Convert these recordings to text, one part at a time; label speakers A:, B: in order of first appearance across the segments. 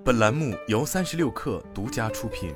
A: 本栏目由36氪独家出品。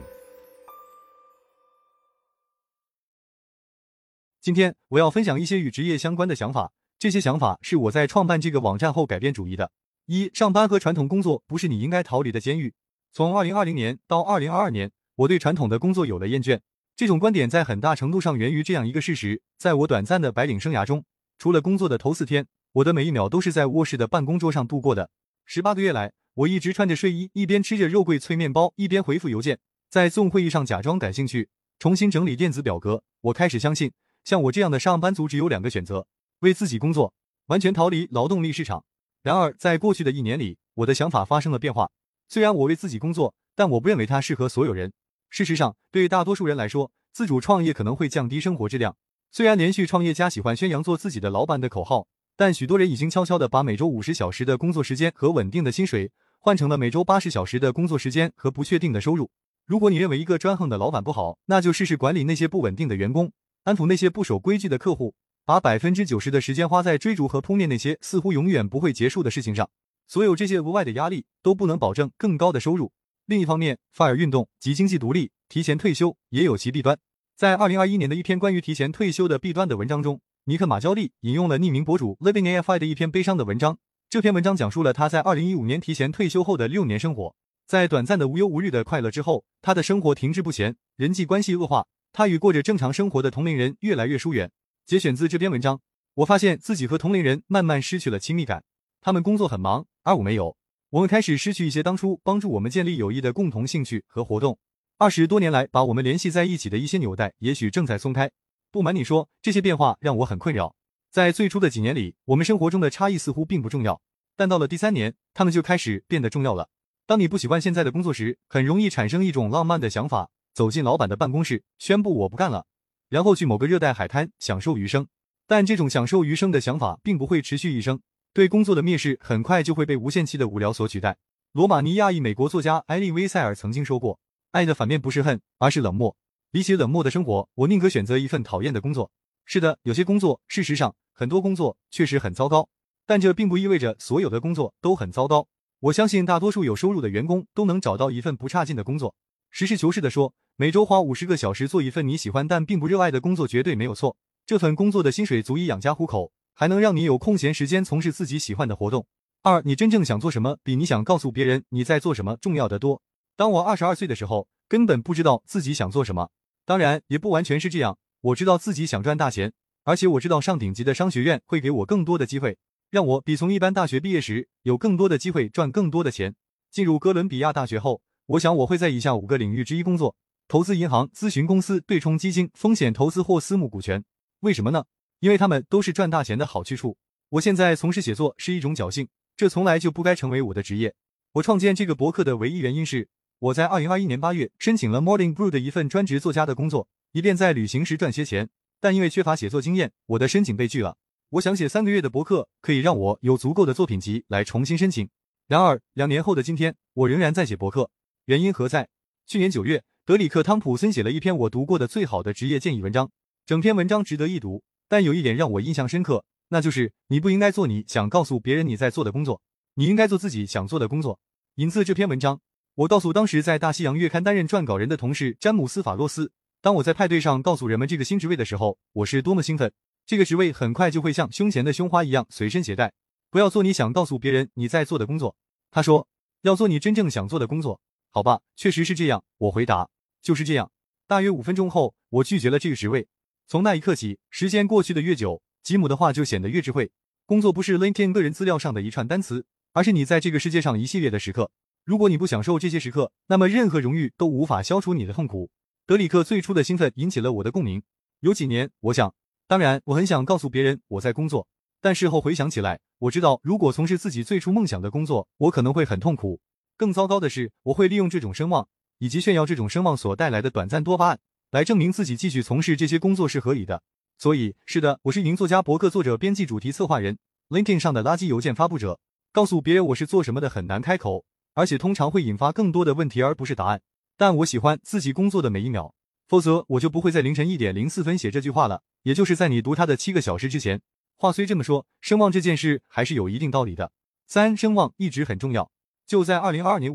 B: 今天我要分享一些与职业相关的想法，这些想法是我在创办这个网站后改变主意的。上班和传统工作不是你应该逃离的监狱。从2020年到2022年，我对传统的工作有了厌倦。这种观点在很大程度上源于这样一个事实，在我短暂的白领生涯中，除了工作的头4天，我的每一秒都是在卧室的办公桌上度过的。18个月来，我一直穿着睡衣，一边吃着肉桂脆面包，一边回复邮件，在Zoom会议上假装感兴趣，重新整理电子表格。我开始相信，像我这样的上班族只有2个选择：为自己工作，完全逃离劳动力市场。然而，在过去的1年里，我的想法发生了变化。虽然我为自己工作，但我不认为它适合所有人。事实上，对大多数人来说，自主创业可能会降低生活质量。虽然连续创业家喜欢宣扬做自己的老板的口号，但许多人已经悄悄地把每周50小时的工作时间和稳定的薪水换成了每周80小时的工作时间和不确定的收入。如果你认为一个专横的老板不好，那就试试管理那些不稳定的员工，安抚那些不守规矩的客户，把90%的时间花在追逐和扑灭那些似乎永远不会结束的事情上。所有这些额外的压力都不能保证更高的收入。另一方面，FIRE运动及经济独立、提前退休也有其弊端。在2021年的一篇关于提前退休的弊端的文章中，尼克·马焦利引用了匿名博主 Living AFI 的一篇悲伤的文章。这篇文章讲述了他在2015年提前退休后的6年生活。在短暂的无忧无虑的快乐之后，他的生活停滞不前，人际关系恶化，他与过着正常生活的同龄人越来越疏远。节选自这篇文章，我发现自己和同龄人慢慢失去了亲密感。他们工作很忙，而我没有。我们开始失去一些当初帮助我们建立友谊的共同兴趣和活动。20多年来把我们联系在一起的一些纽带也许正在松开。不瞒你说，这些变化让我很困扰。在最初的几年里，我们生活中的差异似乎并不重要，但到了第3年，他们就开始变得重要了。当你不喜欢现在的工作时，很容易产生一种浪漫的想法，走进老板的办公室，宣布我不干了，然后去某个热带海滩享受余生。但这种享受余生的想法并不会持续一生，对工作的蔑视很快就会被无限期的无聊所取代。罗马尼亚裔美国作家埃利·威塞尔曾经说过，爱的反面不是恨，而是冷漠。比起冷漠的生活，我宁可选择一份讨厌的工作。是的，有些工作，事实上，很多工作确实很糟糕，但这并不意味着所有的工作都很糟糕。我相信大多数有收入的员工都能找到一份不差劲的工作。实事求是地说，每周花50个小时做一份你喜欢但并不热爱的工作绝对没有错。这份工作的薪水足以养家糊口，还能让你有空闲时间从事自己喜欢的活动。你真正想做什么，比你想告诉别人你在做什么重要得多。当我22岁的时候，根本不知道自己想做什么。当然，也不完全是这样。我知道自己想赚大钱，而且我知道上顶级的商学院会给我更多的机会，让我比从一般大学毕业时有更多的机会赚更多的钱。进入哥伦比亚大学后，我想我会在以下5个领域之一工作：投资银行、咨询公司、对冲基金、风险投资或私募股权。为什么呢？因为他们都是赚大钱的好去处。我现在从事写作是一种侥幸，这从来就不该成为我的职业。我创建这个博客的唯一原因是，我在2021年8月申请了 Morning Brew 的一份专职作家的工作，以便在旅行时赚些钱，但因为缺乏写作经验，我的申请被拒了。我想写3个月的博客可以让我有足够的作品集来重新申请。然而2年后的今天，我仍然在写博客。原因何在？去年9月，德里克·汤普森写了一篇我读过的最好的职业建议文章，整篇文章值得一读，但有一点让我印象深刻，那就是你不应该做你想告诉别人你在做的工作，你应该做自己想做的工作。引自这篇文章，我告诉当时在大西洋月刊担任撰稿人的同事詹姆斯·法洛斯，当我在派对上告诉人们这个新职位的时候，我是多么兴奋。这个职位很快就会像胸前的胸花一样随身携带。不要做你想告诉别人你在做的工作。他说，要做你真正想做的工作。好吧，确实是这样，我回答，就是这样。大约5分钟后，我拒绝了这个职位。从那一刻起，时间过去的越久，吉姆的话就显得越智慧。工作不是 LinkedIn 个人资料上的一串单词，而是你在这个世界上一系列的时刻。如果你不享受这些时刻，那么任何荣誉都无法消除你的痛苦。德里克最初的兴奋引起了我的共鸣。有几年，我想，当然，我很想告诉别人我在工作，但事后回想起来，我知道如果从事自己最初梦想的工作，我可能会很痛苦。更糟糕的是，我会利用这种声望，以及炫耀这种声望所带来的短暂多巴胺，来证明自己继续从事这些工作是合理的。所以，是的，我是一名作家、博客作者、编辑、主题策划人， LinkedIn 上的垃圾邮件发布者。告诉别人我是做什么的很难开口，而且通常会引发更多的问题而不是答案。但我喜欢自己工作的每一秒，否则我就不会在凌晨1点04分写这句话了，也就是在你读它的7个小时之前。话虽这么说，声望这件事还是有一定道理的。3. 声望一直很重要。就在2022年5月，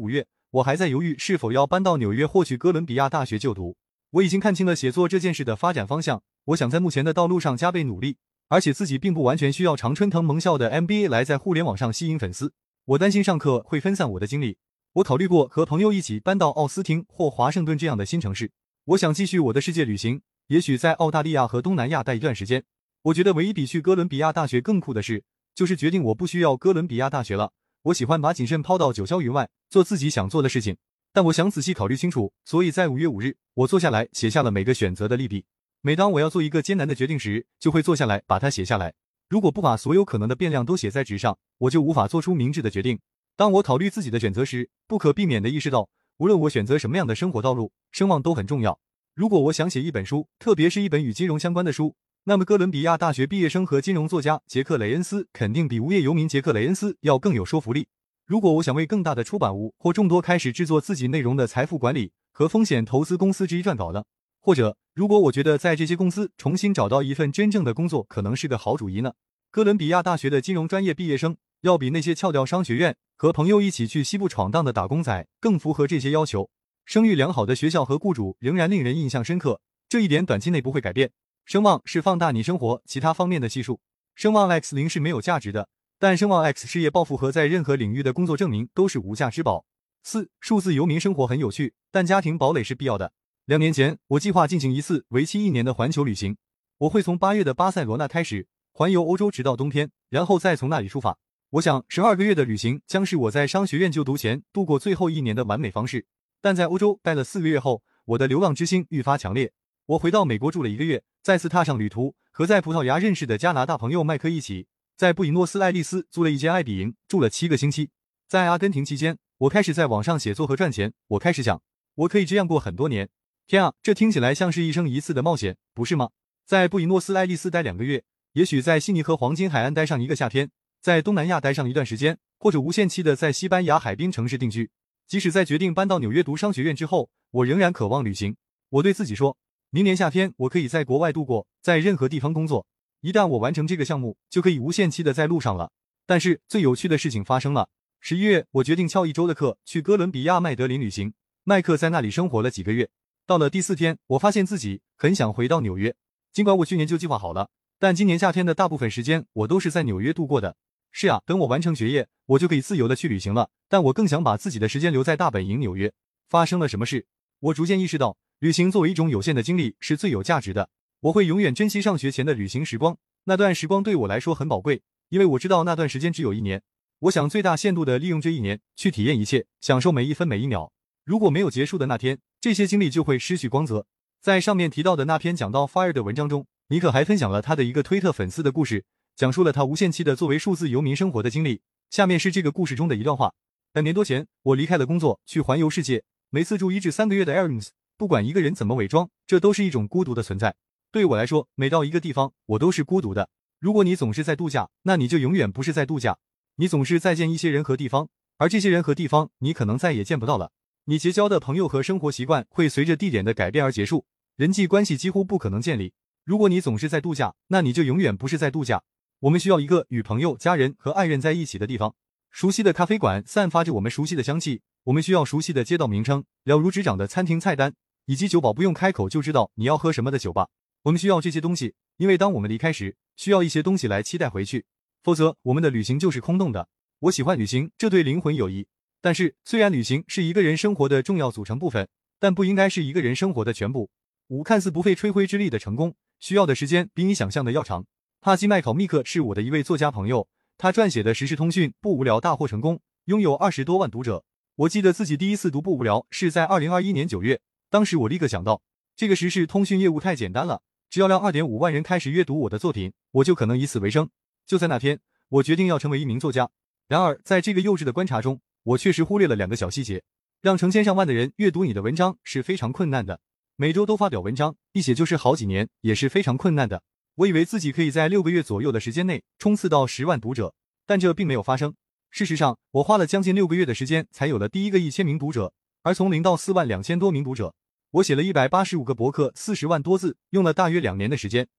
B: 我还在犹豫是否要搬到纽约或去哥伦比亚大学就读。我已经看清了写作这件事的发展方向，我想在目前的道路上加倍努力，而且自己并不完全需要常春藤盟校的 MBA 来在互联网上吸引粉丝。我担心上课会分散我的精力。我考虑过和朋友一起搬到奥斯汀或华盛顿这样的新城市。我想继续我的世界旅行，也许在澳大利亚和东南亚待一段时间。我觉得唯一比去哥伦比亚大学更酷的事，就是决定我不需要哥伦比亚大学了。我喜欢把谨慎抛到九霄云外，做自己想做的事情。但我想仔细考虑清楚，所以在5月5日，我坐下来写下了每个选择的利弊。每当我要做一个艰难的决定时，就会坐下来把它写下来。如果不把所有可能的变量都写在纸上，我就无法做出明智的决定。当我考虑自己的选择时，不可避免地意识到，无论我选择什么样的生活道路，声望都很重要。如果我想写一本书，特别是一本与金融相关的书，那么哥伦比亚大学毕业生和金融作家杰克·雷恩斯肯定比无业游民杰克·雷恩斯要更有说服力。如果我想为更大的出版物或众多开始制作自己内容的财富管理和风险投资公司之一撰稿呢？或者，如果我觉得在这些公司重新找到一份真正的工作可能是个好主意呢？哥伦比亚大学的金融专业毕业生要比那些翘掉商学院和朋友一起去西部闯荡的打工仔更符合这些要求。声誉良好的学校和雇主仍然令人印象深刻，这一点短期内不会改变。声望是放大你生活其他方面的系数。声望 X0 是没有价值的，但声望 X 事业抱负和在任何领域的工作证明都是无价之宝。4. 数字游民生活很有趣，但家庭堡垒是必要的。2年前，我计划进行一次为期1年的环球旅行。我会从8月的巴塞罗那开始，环游欧洲直到冬天，然后再从那里出发。我想12个月的旅行将是我在商学院就读前度过最后1年的完美方式。但在欧洲待了4个月后，我的流浪之心愈发强烈。我回到美国住了1个月，再次踏上旅途，和在葡萄牙认识的加拿大朋友麦克一起，在布宜诺斯艾利斯租了一间爱比营，住了7个星期。在阿根廷期间，我开始在网上写作和赚钱。我开始想，我可以这样过很多年。天啊，这听起来像是一生一次的冒险，不是吗？在布宜诺斯艾利斯待2个月，也许在悉尼和黄金海岸待上1个夏天，在东南亚待上一段时间，或者无限期的在西班牙海滨城市定居。即使在决定搬到纽约读商学院之后，我仍然渴望旅行。我对自己说，明年夏天我可以在国外度过，在任何地方工作。一旦我完成这个项目，就可以无限期的在路上了。但是最有趣的事情发生了。11月，我决定翘1周的课去哥伦比亚麦德林旅行。麦克在那里生活了几个月。到了第4天，我发现自己很想回到纽约。尽管我去年就计划好了，但今年夏天的大部分时间我都是在纽约度过的。是啊，等我完成学业，我就可以自由的去旅行了。但我更想把自己的时间留在大本营纽约。发生了什么事？我逐渐意识到，旅行作为一种有限的经历是最有价值的。我会永远珍惜上学前的旅行时光，那段时光对我来说很宝贵，因为我知道那段时间只有1年。我想最大限度地利用这1年，去体验一切，享受每一分每一秒。如果没有结束的那天，这些经历就会失去光泽。在上面提到的那篇讲到 FIRE 的文章中，尼克还分享了他的一个推特粉丝的故事，讲述了他无限期的作为数字游民生活的经历。下面是这个故事中的一段话：2年多前，我离开了工作，去环游世界。每次住1至3个月的 Airbnb， 不管一个人怎么伪装，这都是一种孤独的存在。对我来说，每到一个地方，我都是孤独的。如果你总是在度假，那你就永远不是在度假。你总是在见一些人和地方，而这些人和地方，你可能再也见不到了。你结交的朋友和生活习惯会随着地点的改变而结束，人际关系几乎不可能建立。如果你总是在度假，那你就永远不是在度假。我们需要一个与朋友、家人和爱人在一起的地方。熟悉的咖啡馆散发着我们熟悉的香气，我们需要熟悉的街道名称、了如指掌的餐厅菜单，以及酒保不用开口就知道你要喝什么的酒吧。我们需要这些东西，因为当我们离开时，需要一些东西来期待回去，否则我们的旅行就是空洞的。我喜欢旅行，这对灵魂有益。但是，虽然旅行是一个人生活的重要组成部分，但不应该是一个人生活的全部。5看似不费吹灰之力的成功，需要的时间比你想象的要长。帕基麦考密克是我的一位作家朋友，他撰写的时事通讯不无聊大获成功，拥有20多万读者。我记得自己第一次读不无聊是在2021年9月，当时我立刻想到，这个时事通讯业务太简单了，只要让2.5万人开始阅读我的作品，我就可能以此为生。就在那天，我决定要成为一名作家。然而，在这个幼稚的观察中，我确实忽略了2个小细节。让成千上万的人阅读你的文章是非常困难的，每周都发表文章，一写就是好几年，也是非常困难的。我以为自己可以在6个月左右的时间内冲刺到10万读者，但这并没有发生。事实上，我花了将近6个月的时间才有了第一个1000名读者，而从0到4万2000多名读者。我写了185个博客，40万多字，用了大约2年的时间。